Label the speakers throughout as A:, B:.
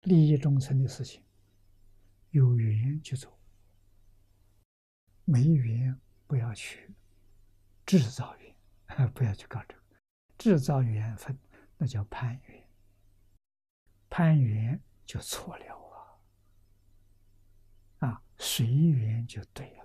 A: 利益众生的事情，有缘去做，没缘不要去制造缘，不要去搞这个制造缘分，那叫攀缘，攀缘就错了随缘就对了。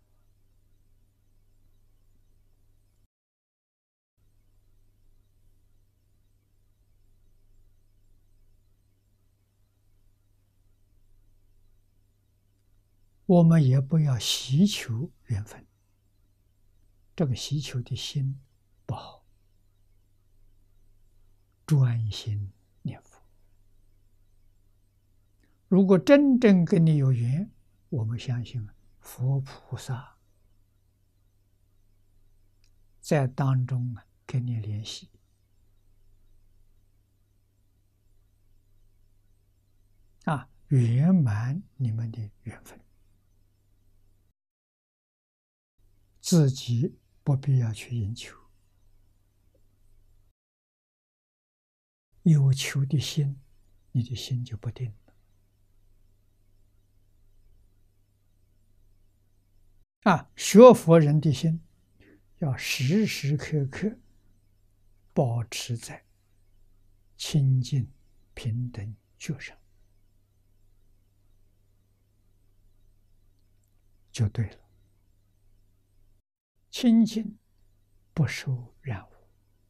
A: 我们也不要希求缘分，这个希求的心不好，专心念佛。如果真正跟你有缘，我们相信佛菩萨在当中跟你联系，圆满你们的缘分，自己不必要去应求，有求的心，你的心就不定了。学佛人的心要时时刻刻保持在清净平等觉上，就对了。清净不受染污，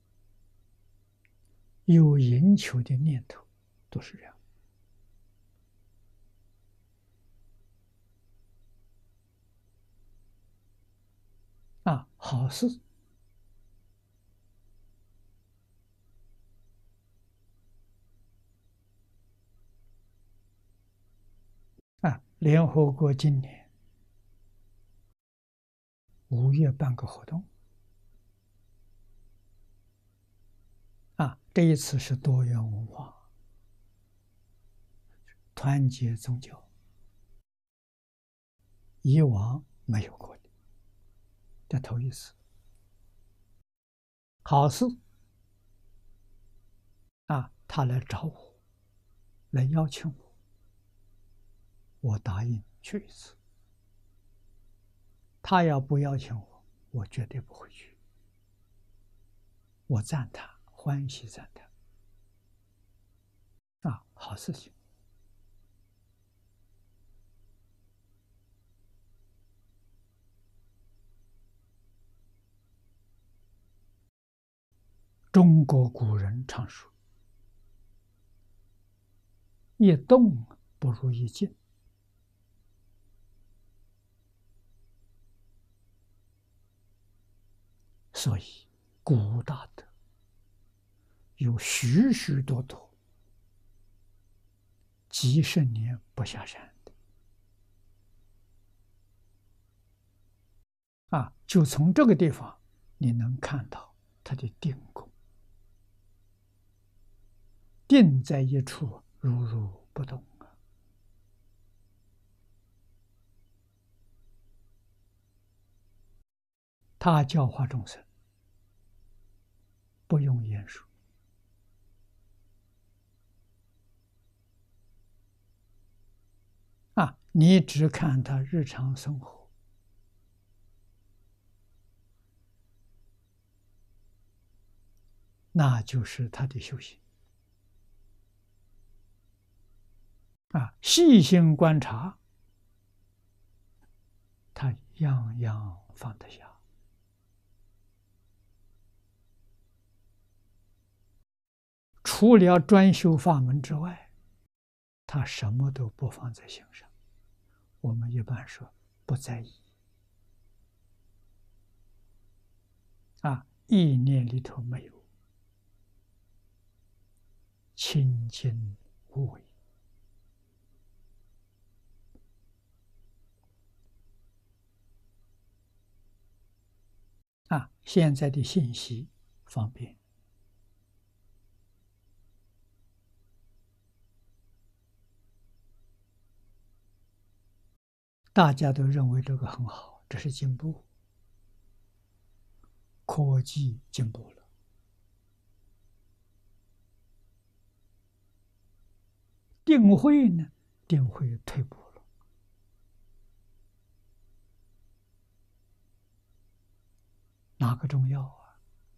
A: 有迎求的念头都是染污。好事联合国今年5月办个活动这一次是多元文化，团结宗教，以往没有过的，这头一次。好事他来找我，来邀请我，我答应去一次。他要不邀请我，我绝对不会去。我赞他，欢喜赞他好事情。中国古人常说，一动不如一静。所以古大德有许许多多几十年不下山的就从这个地方你能看到他的定功，定在一处，如如不动他教化众生不用言说你只看他日常生活，那就是他的修行细心观察，他样样放得下。除了专修法门之外，他什么都不放在心上。我们一般说不在意意念里头没有，清净无为现在的信息方便，大家都认为这个很好，这是进步，科技进步了，定定慧呢？定慧退步了，哪个重要啊？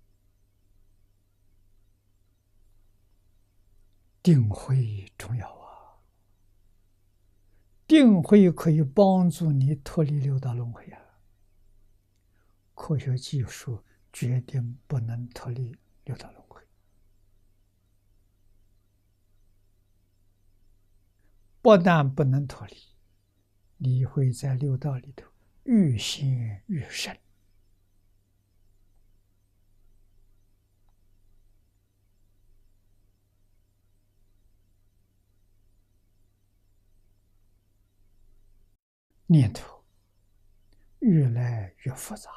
A: 定慧重要啊！定慧可以帮助你脱离六道轮回啊！科学技术决定不能脱离六道轮回，不但不能脱离，你会在六道里头愈陷愈深。念头越来越复杂，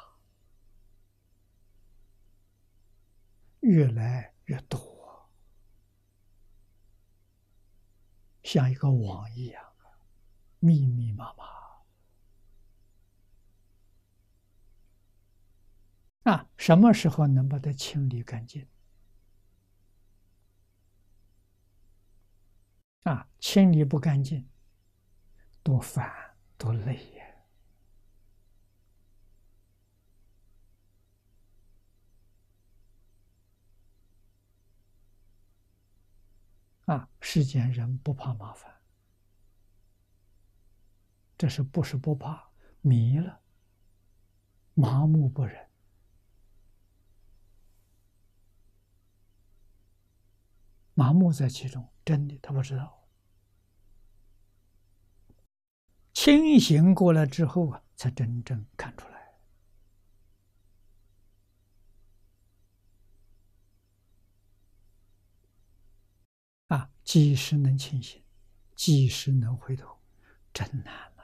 A: 越来越多，像一个网一样，密密麻麻。什么时候能把它清理干净？清理不干净，多烦多累呀！世间人不怕麻烦，这是不是不怕？迷了，麻木不仁，麻木在其中，真的他不知道。清醒过来之后才真正看出来。几时能清醒，几时能回头，真难。